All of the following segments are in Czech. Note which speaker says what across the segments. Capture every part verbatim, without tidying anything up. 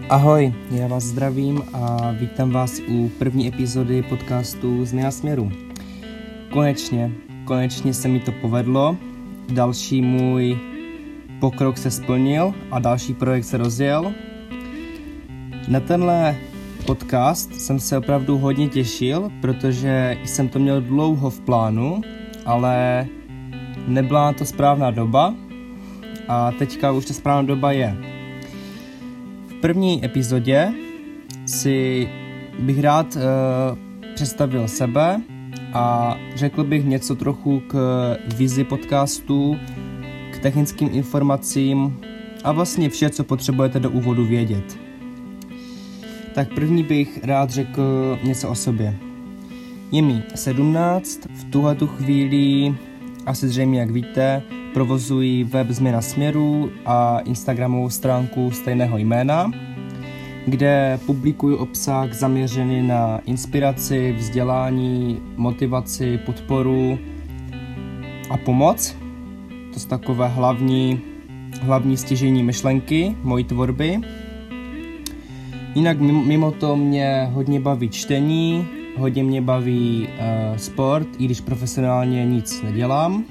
Speaker 1: Ahoj, já vás zdravím a vítám vás u první epizody podcastu Změna směru. Konečně, konečně se mi to povedlo, další můj pokrok se splnil a další projekt se rozjel. Na tenhle podcast jsem se opravdu hodně těšil, protože jsem to měl dlouho v plánu, ale nebyla to správná doba a teďka už ta správná doba je. V první epizodě si bych rád uh, představil sebe a řekl bych něco trochu k vizi podcastu, k technickým informacím a vlastně vše, co potřebujete do úvodu vědět. Tak první bych rád řekl něco o sobě. Je mi sedmnáct, v tuhletu chvíli, asi zřejmě jak víte, provozuji web Změna směru a instagramovou stránku stejného jména, kde publikuji obsah zaměřený na inspiraci, vzdělání, motivaci, podporu a pomoc. To jsou takové hlavní, hlavní stěžejní myšlenky mojí tvorby. Jinak mimo to mě hodně baví čtení, hodně mě baví uh, sport, i když profesionálně nic nedělám.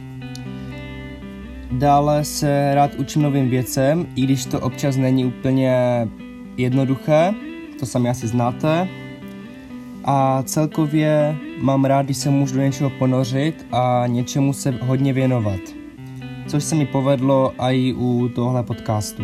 Speaker 1: Dále se rád učím novým věcem, i když to občas není úplně jednoduché, to sami asi znáte. A celkově mám rád, když se můžu do něčeho ponořit a něčemu se hodně věnovat. Což se mi povedlo i u tohle podcastu.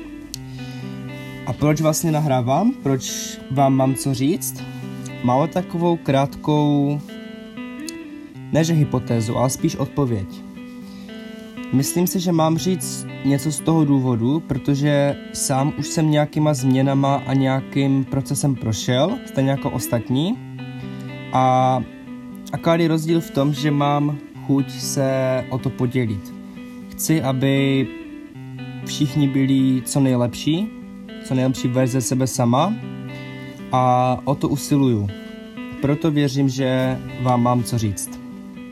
Speaker 1: A proč vlastně nahrávám? Proč vám mám co říct? Mám takovou krátkou, ne že hypotézu, ale spíš odpověď. Myslím si, že mám říct něco z toho důvodu, protože sám už jsem nějakýma změnama a nějakým procesem prošel, stejně jako ostatní. A akorát je rozdíl v tom, že mám chuť se o to podělit. Chci, aby všichni byli co nejlepší, co nejlepší verze sebe sama a o to usiluju. Proto věřím, že vám mám co říct.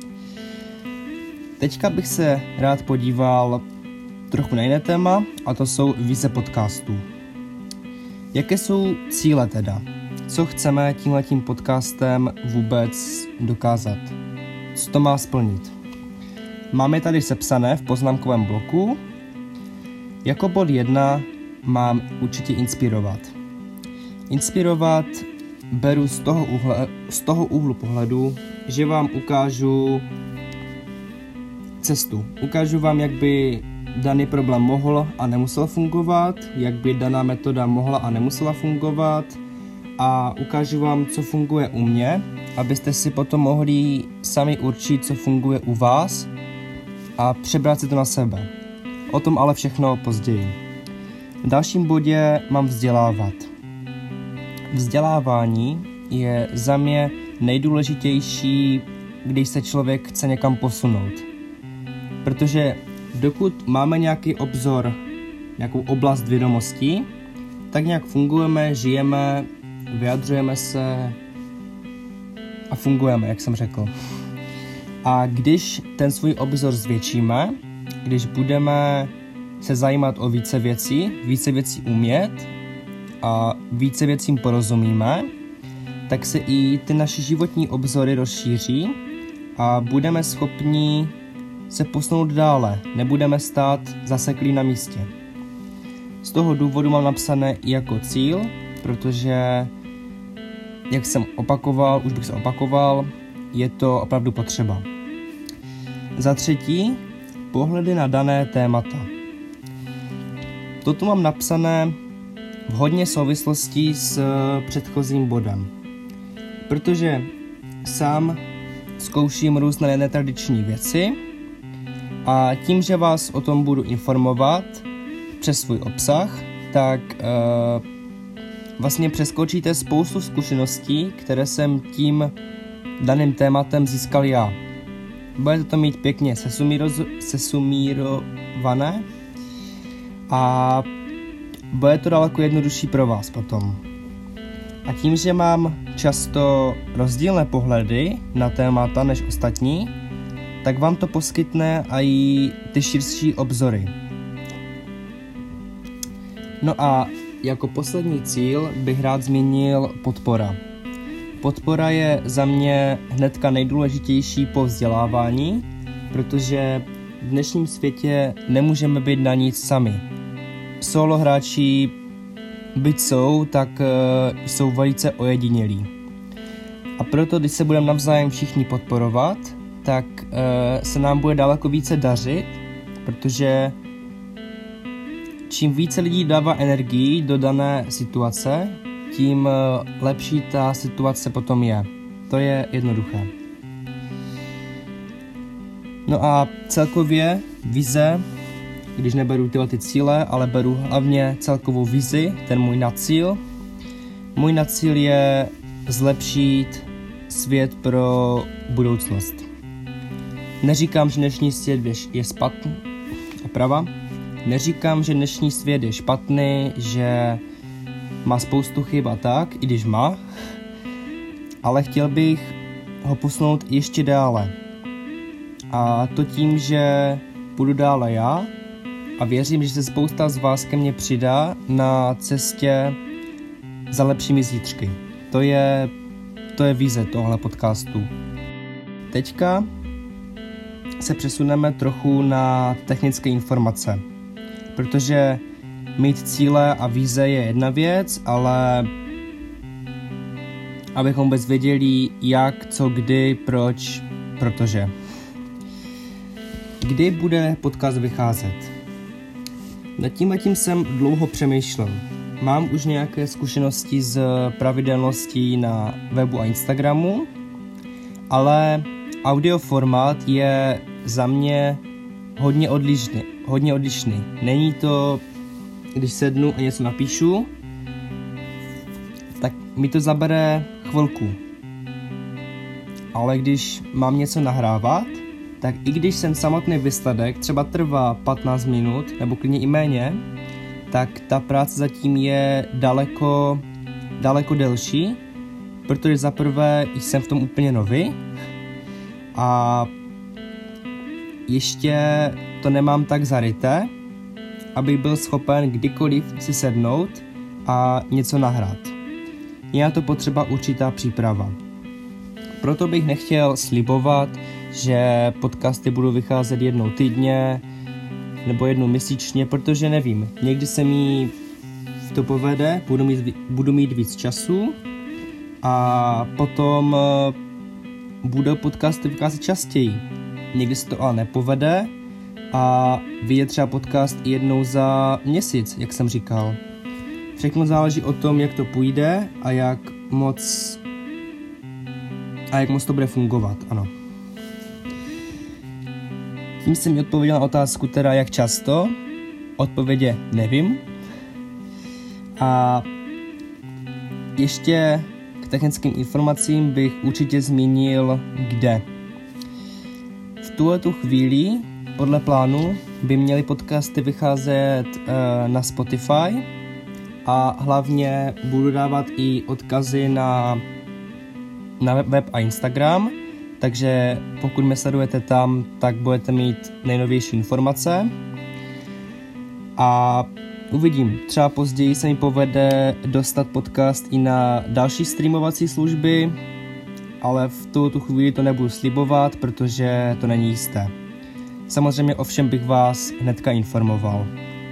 Speaker 1: Teďka bych se rád podíval trochu na jiné téma, a to jsou vize podcastů. Jaké jsou cíle teda? Co chceme tímhletím podcastem vůbec dokázat? Co to má splnit? Máme tady sepsané v poznámkovém bloku. Jako bod jedna mám určitě inspirovat. Inspirovat beru z toho, uhle, z toho úhlu pohledu, že vám ukážu cestu. Ukážu vám, jak by daný problém mohl a nemusel fungovat, jak by daná metoda mohla a nemusela fungovat a ukážu vám, co funguje u mě, abyste si potom mohli sami určit, co funguje u vás a přebrat si to na sebe. O tom ale všechno později. V dalším bodě mám vzdělávat. Vzdělávání je za mě nejdůležitější, když se člověk chce někam posunout. Protože dokud máme nějaký obzor, nějakou oblast vědomostí, tak nějak fungujeme, žijeme, vyjadřujeme se a fungujeme, jak jsem řekl. A když ten svůj obzor zvětšíme, když budeme se zajímat o více věcí, více věcí umět a více věcím porozumíme, tak se i ty naše životní obzory rozšíří a budeme schopni se posunout dále, nebudeme stát zaseklí na místě. Z toho důvodu mám napsané i jako cíl, protože, jak jsem opakoval, už bych se opakoval, je to opravdu potřeba. Za třetí, pohledy na dané témata. Toto mám napsané v hodně souvislostí s předchozím bodem, protože sám zkouším různé netradiční věci, a tím, že vás o tom budu informovat přes svůj obsah, tak uh, vlastně přeskočíte spoustu zkušeností, které jsem tím daným tématem získal já. Budete to mít pěkně sesumírované a bude to daleko jednodušší pro vás potom. A tím, že mám často rozdílné pohledy na témata než ostatní, tak vám to poskytne i ty širší obzory. No a jako poslední cíl bych rád zmínil podpora. Podpora je za mě hnedka nejdůležitější po vzdělávání, protože v dnešním světě nemůžeme být na nic sami. Solo hráči, byť jsou, tak uh, jsou velice ojedinělí. A proto, když se budeme navzájem všichni podporovat, tak uh, se nám bude daleko více dařit, protože čím více lidí dává energii do dané situace, tím uh, lepší ta situace potom je. To je jednoduché. No a celkově vize, když neberu tyhle ty cíle, ale beru hlavně celkovou vizi, ten můj nadcíl. Můj nadcíl je zlepšit svět pro budoucnost. Neříkám, že dnešní svět je špatný, oprava. Neříkám, že dnešní svět je špatný, že má spoustu chyb a tak, i když má, ale chtěl bych ho posunout ještě dále. A to tím, že půjdu dále já a věřím, že se spousta z vás ke mně přidá na cestě za lepšími zítřky. To je, to je vize tohle podcastu. Teďka se přesuneme trochu na technické informace, protože mít cíle a vize je jedna věc, ale abychom vůbec věděli jak, co, kdy, proč, protože. Kdy bude podcast vycházet? Nad tím a tím jsem dlouho přemýšlel. Mám už nějaké zkušenosti z pravidelností na webu a Instagramu, ale audio formát je za mě hodně odlišný. Hodně odlišný. Není to, když sednu a něco napíšu, tak mi to zabere chvilku. Ale když mám něco nahrávat, tak i když ten samotný výsledek třeba trvá patnáct minut, nebo klidně i méně, tak ta práce zatím je daleko, daleko delší, protože zaprvé jsem v tom úplně nový a ještě to nemám tak zaryté, abych byl schopen kdykoliv si sednout a něco nahrát. Je na to potřeba určitá příprava. Proto bych nechtěl slibovat, že podcasty budou vycházet jednou týdně nebo jednou měsíčně, protože nevím, někdy se mi to povede, budu mít, budu mít víc času a potom budou podcasty vycházet častěji. Někdy se to ale nepovede a vyjde třeba podcast jednou za měsíc, jak jsem říkal. Všechno záleží o tom, jak to půjde a jak moc a jak moc to bude fungovat, ano. Tím jsem mi odpověděl na otázku teda jak často. Odpověď nevím. A ještě k technickým informacím bych určitě zmínil kde. V tuhletu chvíli podle plánu by měly podcasty vycházet e, na Spotify a hlavně budu dávat i odkazy na, na web a Instagram, takže pokud mě sledujete tam, tak budete mít nejnovější informace a uvidím, třeba později se mi povede dostat podcast i na další streamovací služby, ale v tuto chvíli to nebudu slibovat, protože to není jisté. Samozřejmě ovšem bych vás hnedka informoval.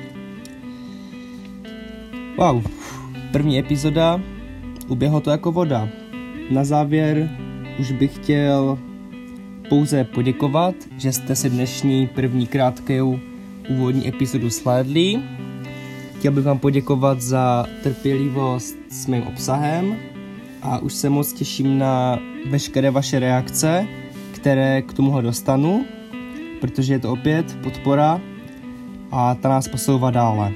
Speaker 1: Wow, první epizoda, uběhlo to jako voda. Na závěr už bych chtěl pouze poděkovat, že jste si dnešní první krátkou úvodní epizodu slédli. Chtěl bych vám poděkovat za trpělivost s mým obsahem a už se moc těším na veškeré vaše reakce, které k tomuhle dostanu, protože je to opět podpora a ta nás posouvá dále.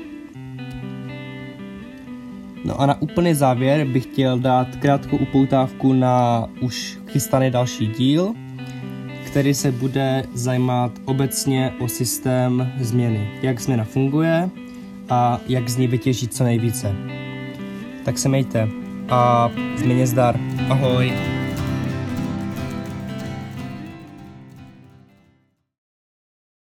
Speaker 1: No a na úplný závěr bych chtěl dát krátkou upoutávku na už chystaný další díl, který se bude zajímat obecně o systém změny, jak změna funguje a jak z ní vytěžit co nejvíce. Tak se mějte a změně zdar. Ahoj.